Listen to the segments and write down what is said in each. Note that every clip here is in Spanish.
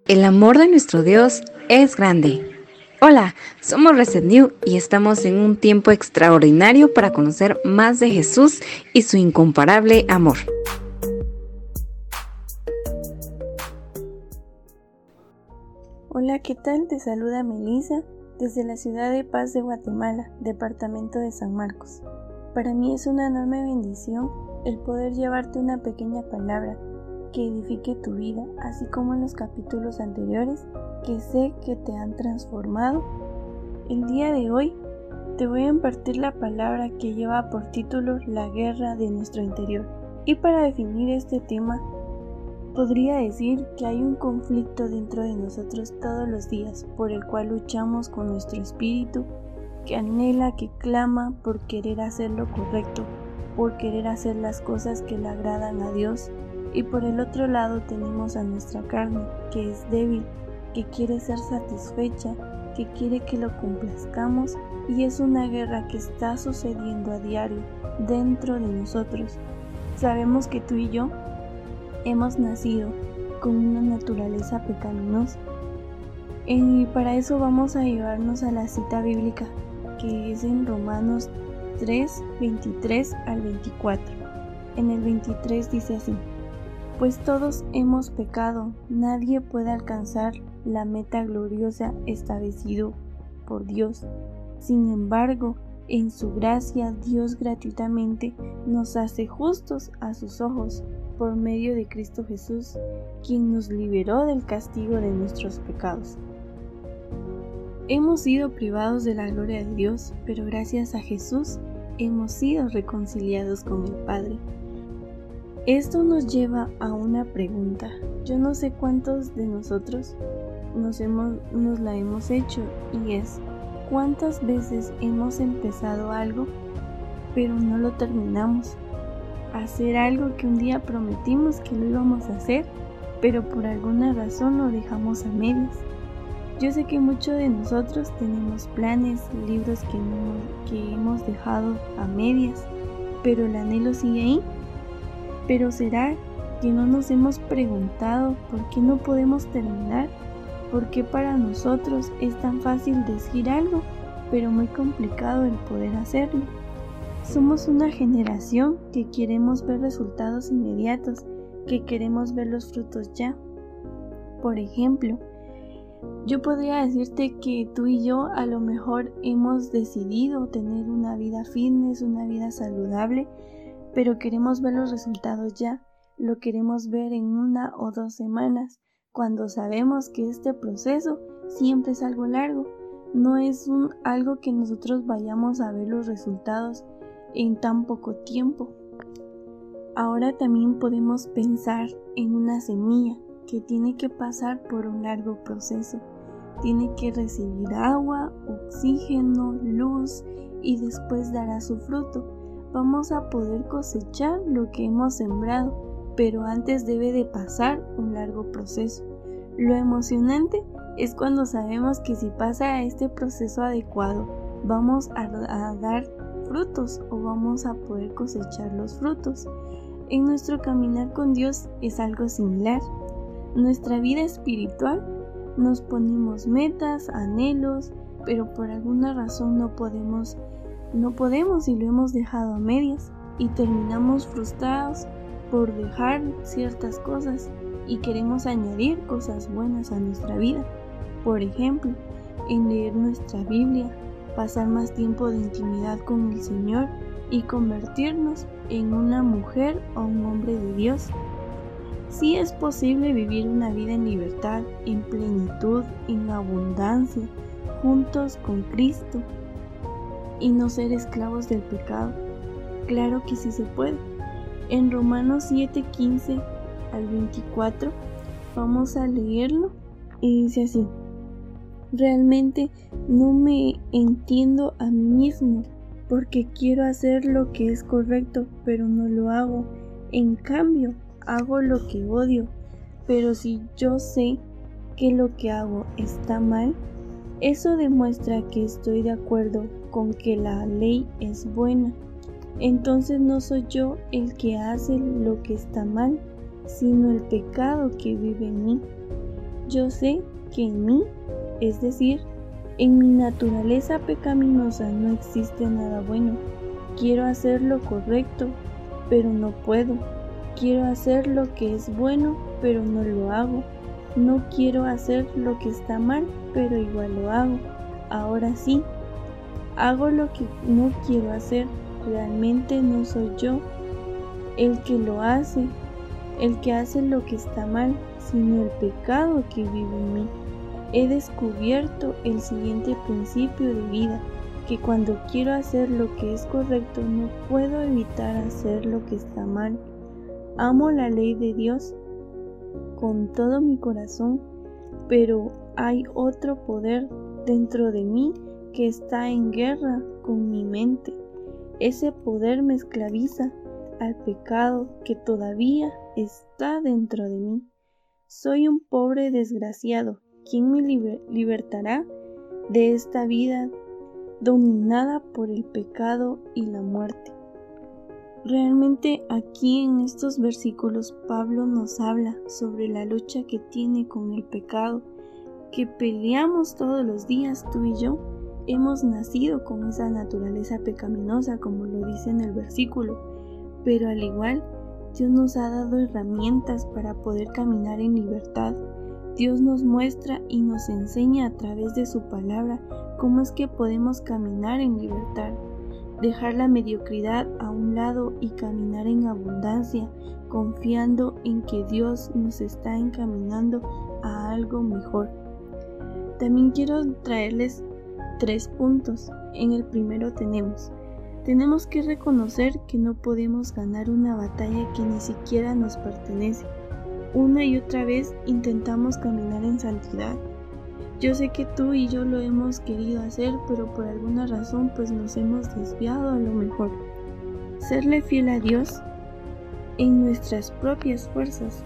El amor de nuestro Dios es grande. Hola, somos Reset New y estamos en un tiempo extraordinario para conocer más de Jesús y su incomparable amor. Hola, ¿qué tal? Te saluda Melissa desde la ciudad de Paz de Guatemala, departamento de San Marcos. Para mí es una enorme bendición el poder llevarte una pequeña palabra que edifique tu vida, así como en los capítulos anteriores que sé que te han transformado. El día de hoy te voy a impartir la palabra que lleva por título La guerra de nuestro interior. Y para definir este tema, podría decir que hay un conflicto dentro de nosotros todos los días por el cual luchamos con nuestro espíritu que anhela, que clama por querer hacer lo correcto, por querer hacer las cosas que le agradan a Dios. Y por el otro lado tenemos a nuestra carne, que es débil, que quiere ser satisfecha, que quiere que lo complazcamos, y es una guerra que está sucediendo a diario dentro de nosotros. Sabemos que tú y yo hemos nacido con una naturaleza pecaminosa. Y para eso vamos a llevarnos a la cita bíblica, que es en Romanos 3, 23 al 24. En el 23 dice así: Pues todos hemos pecado, nadie puede alcanzar la meta gloriosa establecida por Dios. Sin embargo, en su gracia, Dios gratuitamente nos hace justos a sus ojos por medio de Cristo Jesús, quien nos liberó del castigo de nuestros pecados. Hemos sido privados de la gloria de Dios, pero gracias a Jesús hemos sido reconciliados con el Padre. Esto nos lleva a una pregunta. Yo no sé cuántos de nosotros nos la hemos hecho, y es: ¿cuántas veces hemos empezado algo pero no lo terminamos? Hacer algo que un día prometimos que lo íbamos a hacer, pero por alguna razón lo dejamos a medias. Yo sé que muchos de nosotros tenemos planes, libros que hemos dejado a medias, pero el anhelo sigue ahí. Pero ¿será que no nos hemos preguntado por qué no podemos terminar? ¿Por qué para nosotros es tan fácil decir algo, pero muy complicado el poder hacerlo? Somos una generación que queremos ver resultados inmediatos, que queremos ver los frutos ya. Por ejemplo, yo podría decirte que tú y yo a lo mejor hemos decidido tener una vida fitness, una vida saludable, pero queremos ver los resultados ya, lo queremos ver en 1 o 2 semanas, cuando sabemos que este proceso siempre es algo largo, no es algo que nosotros vayamos a ver los resultados en tan poco tiempo. Ahora también podemos pensar en una semilla que tiene que pasar por un largo proceso, tiene que recibir agua, oxígeno, luz y después dará su fruto. Vamos a poder cosechar lo que hemos sembrado, pero antes debe de pasar un largo proceso. Lo emocionante es cuando sabemos que si pasa este proceso adecuado, vamos a dar frutos o vamos a poder cosechar los frutos. En nuestro caminar con Dios es algo similar. Nuestra vida espiritual nos ponemos metas, anhelos, pero por alguna razón no podemos y lo hemos dejado a medias, y terminamos frustrados por dejar ciertas cosas y queremos añadir cosas buenas a nuestra vida. Por ejemplo, en leer nuestra Biblia, pasar más tiempo de intimidad con el Señor y convertirnos en una mujer o un hombre de Dios. Sí es posible vivir una vida en libertad, en plenitud, en abundancia, juntos con Cristo, y no ser esclavos del pecado. Claro que sí se puede. En Romanos 7, 15 al 24 vamos a leerlo y dice así: Realmente no me entiendo a mí mismo, porque quiero hacer lo que es correcto, pero no lo hago. En cambio, hago lo que odio. Pero si yo sé que lo que hago está mal, eso demuestra que estoy de acuerdo con que la ley es buena. Entonces no soy yo el que hace lo que está mal, sino el pecado que vive en mí. Yo sé que en mí, es decir, en mi naturaleza pecaminosa no existe nada bueno. Quiero hacer lo correcto, pero no puedo. Quiero hacer lo que es bueno, pero no lo hago. No quiero hacer lo que está mal, pero igual lo hago. Ahora sí, hago lo que no quiero hacer. Realmente no soy yo el que lo hace, el que hace lo que está mal, sino el pecado que vive en mí. He descubierto el siguiente principio de vida, que cuando quiero hacer lo que es correcto no puedo evitar hacer lo que está mal. Amo la ley de Dios con todo mi corazón, pero hay otro poder dentro de mí que está en guerra con mi mente. Ese poder me esclaviza al pecado que todavía está dentro de mí. Soy un pobre desgraciado. ¿Quién me libertará de esta vida dominada por el pecado y la muerte? Realmente aquí en estos versículos Pablo nos habla sobre la lucha que tiene con el pecado, que peleamos todos los días tú y yo. Hemos nacido con esa naturaleza pecaminosa, como lo dice en el versículo, pero al igual Dios nos ha dado herramientas para poder caminar en libertad. Dios nos muestra y nos enseña a través de su palabra cómo es que podemos caminar en libertad, dejar la mediocridad a un lado y caminar en abundancia, confiando en que Dios nos está encaminando a algo mejor. También quiero traerles 3 puntos. En el primero tenemos que reconocer que no podemos ganar una batalla que ni siquiera nos pertenece. Una y otra vez intentamos caminar en santidad. Yo sé que tú y yo lo hemos querido hacer, pero por alguna razón pues nos hemos desviado a lo mejor. Serle fiel a Dios en nuestras propias fuerzas,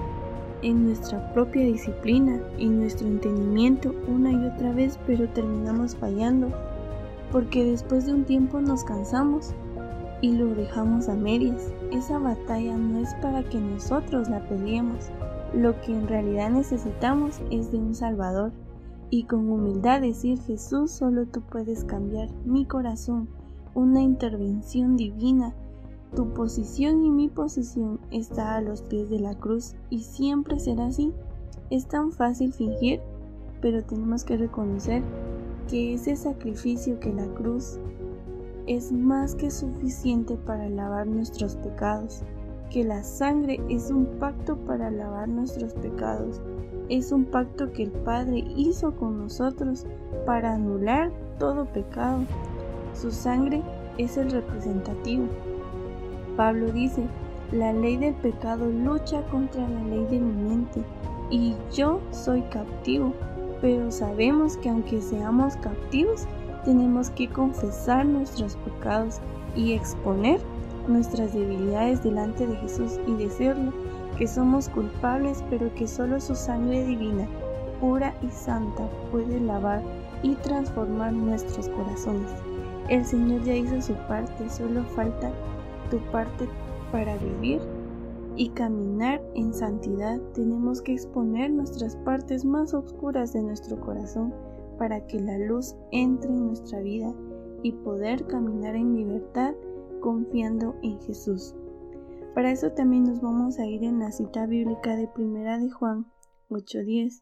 en nuestra propia disciplina, en nuestro entendimiento una y otra vez, pero terminamos fallando, porque después de un tiempo nos cansamos y lo dejamos a medias. Esa batalla no es para que nosotros la peleemos. Lo que en realidad necesitamos es de un Salvador. Y con humildad decir: Jesús, solo tú puedes cambiar mi corazón, una intervención divina. Tu posición y mi posición está a los pies de la cruz y siempre será así. Es tan fácil fingir, pero tenemos que reconocer que ese sacrificio, que la cruz, es más que suficiente para lavar nuestros pecados, que la sangre es un pacto para lavar nuestros pecados. Es un pacto que el Padre hizo con nosotros para anular todo pecado. Su sangre es el representativo. Pablo dice: la ley del pecado lucha contra la ley de mi mente y yo soy captivo. Pero sabemos que aunque seamos captivos, tenemos que confesar nuestros pecados y exponer nuestras debilidades delante de Jesús y decirle que somos culpables, pero que solo su sangre divina, pura y santa, puede lavar y transformar nuestros corazones. El Señor ya hizo su parte, solo falta tu parte para vivir y caminar en santidad. Tenemos que exponer nuestras partes más oscuras de nuestro corazón para que la luz entre en nuestra vida y poder caminar en libertad confiando en Jesús. Para eso también nos vamos a ir en la cita bíblica de 1 de Juan 8:10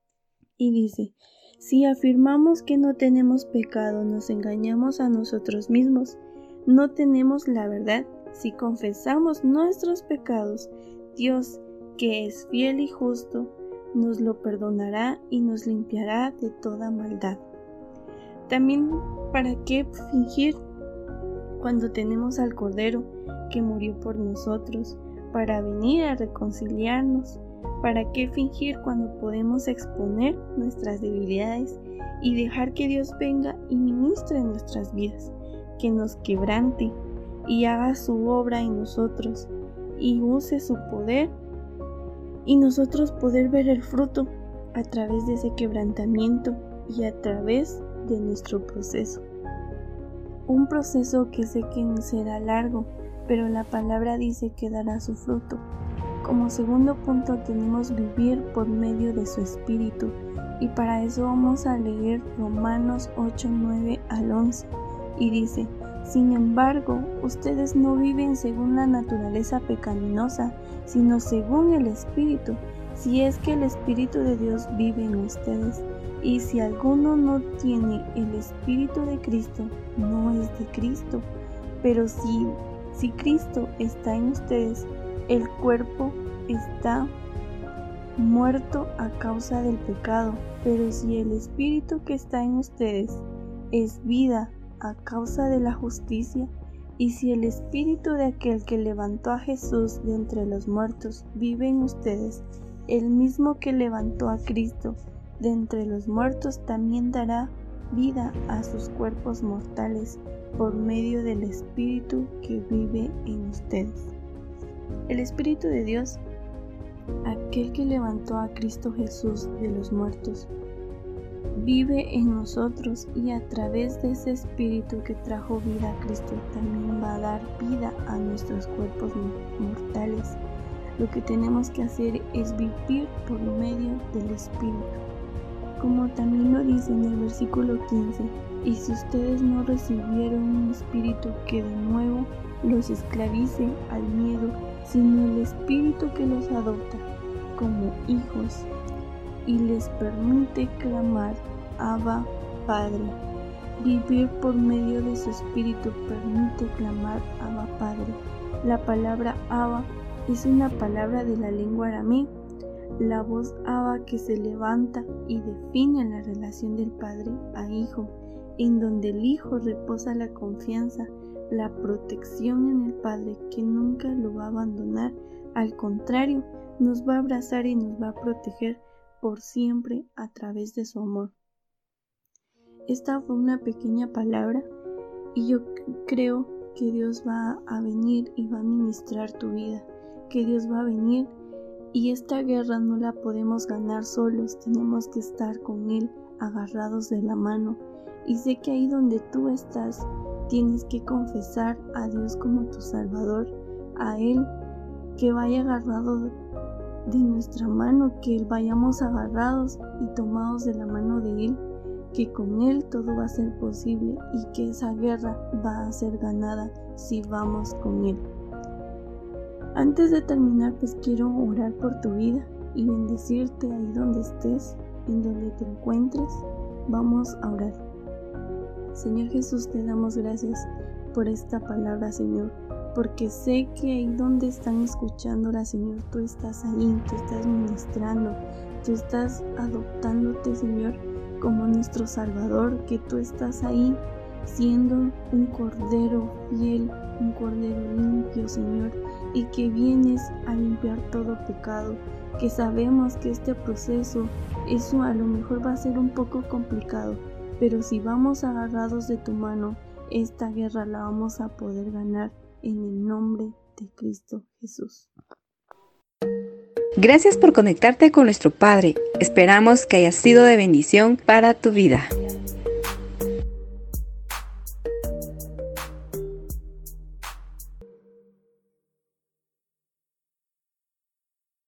y dice: si afirmamos que no tenemos pecado, nos engañamos a nosotros mismos, no tenemos la verdad. Si confesamos nuestros pecados, Dios, que es fiel y justo, nos lo perdonará y nos limpiará de toda maldad. También, ¿para qué fingir cuando tenemos al Cordero que murió por nosotros para venir a reconciliarnos? ¿Para qué fingir cuando podemos exponer nuestras debilidades y dejar que Dios venga y ministre en nuestras vidas, que nos quebrante y haga su obra en nosotros y use su poder y nosotros poder ver el fruto a través de ese quebrantamiento y a través de nuestro proceso? Un proceso que sé que será largo, pero la palabra dice que dará su fruto. Como segundo punto tenemos vivir por medio de su Espíritu, y para eso vamos a leer Romanos 8, 9 al 11, y dice: sin embargo, ustedes no viven según la naturaleza pecaminosa, sino según el Espíritu, si es que el Espíritu de Dios vive en ustedes. Y si alguno no tiene el Espíritu de Cristo, no es de Cristo. Pero si Cristo está en ustedes, el cuerpo está muerto a causa del pecado, pero si el Espíritu que está en ustedes es vida a causa de la justicia, y si el Espíritu de aquel que levantó a Jesús de entre los muertos vive en ustedes, el mismo que levantó a Cristo de entre los muertos también dará vida a sus cuerpos mortales por medio del Espíritu que vive en ustedes. El Espíritu de Dios, aquel que levantó a Cristo Jesús de los muertos, vive en nosotros, y a través de ese Espíritu que trajo vida a Cristo también va a dar vida a nuestros cuerpos mortales. Lo que tenemos que hacer es vivir por medio del Espíritu. Como también lo dice en el versículo 15, y si ustedes no recibieron un espíritu que de nuevo los esclavice al miedo, sino el Espíritu que los adopta como hijos y les permite clamar: Abba, Padre. Vivir por medio de su Espíritu permite clamar: Abba, Padre. La palabra Abba es una palabra de la lengua aramea. La voz Abba que se levanta y define la relación del padre a hijo, en donde el hijo reposa la confianza, la protección en el padre, que nunca lo va a abandonar. Al contrario, nos va a abrazar y nos va a proteger por siempre a través de su amor. Esta fue una pequeña palabra, y yo creo que Dios va a venir y va a ministrar tu vida, que Dios va a venir, y esta guerra no la podemos ganar solos, tenemos que estar con Él agarrados de la mano. Y sé que ahí donde tú estás, tienes que confesar a Dios como tu Salvador, a Él que vaya agarrado de nuestra mano, que vayamos agarrados y tomados de la mano de Él, que con Él todo va a ser posible y que esa guerra va a ser ganada si vamos con Él. Antes de terminar, pues quiero orar por tu vida y bendecirte ahí donde estés, en donde te encuentres. Vamos a orar. Señor Jesús, te damos gracias por esta palabra, Señor, porque sé que ahí donde están escuchándola, Señor, tú estás ahí, tú estás ministrando, tú estás adoptándote, Señor, como nuestro Salvador, que tú estás ahí siendo un cordero fiel, un cordero limpio, Señor, y que vienes a limpiar todo pecado, que sabemos que este proceso, eso a lo mejor va a ser un poco complicado, pero si vamos agarrados de tu mano, esta guerra la vamos a poder ganar en el nombre de Cristo Jesús. Gracias por conectarte con nuestro Padre. Esperamos que haya sido de bendición para tu vida.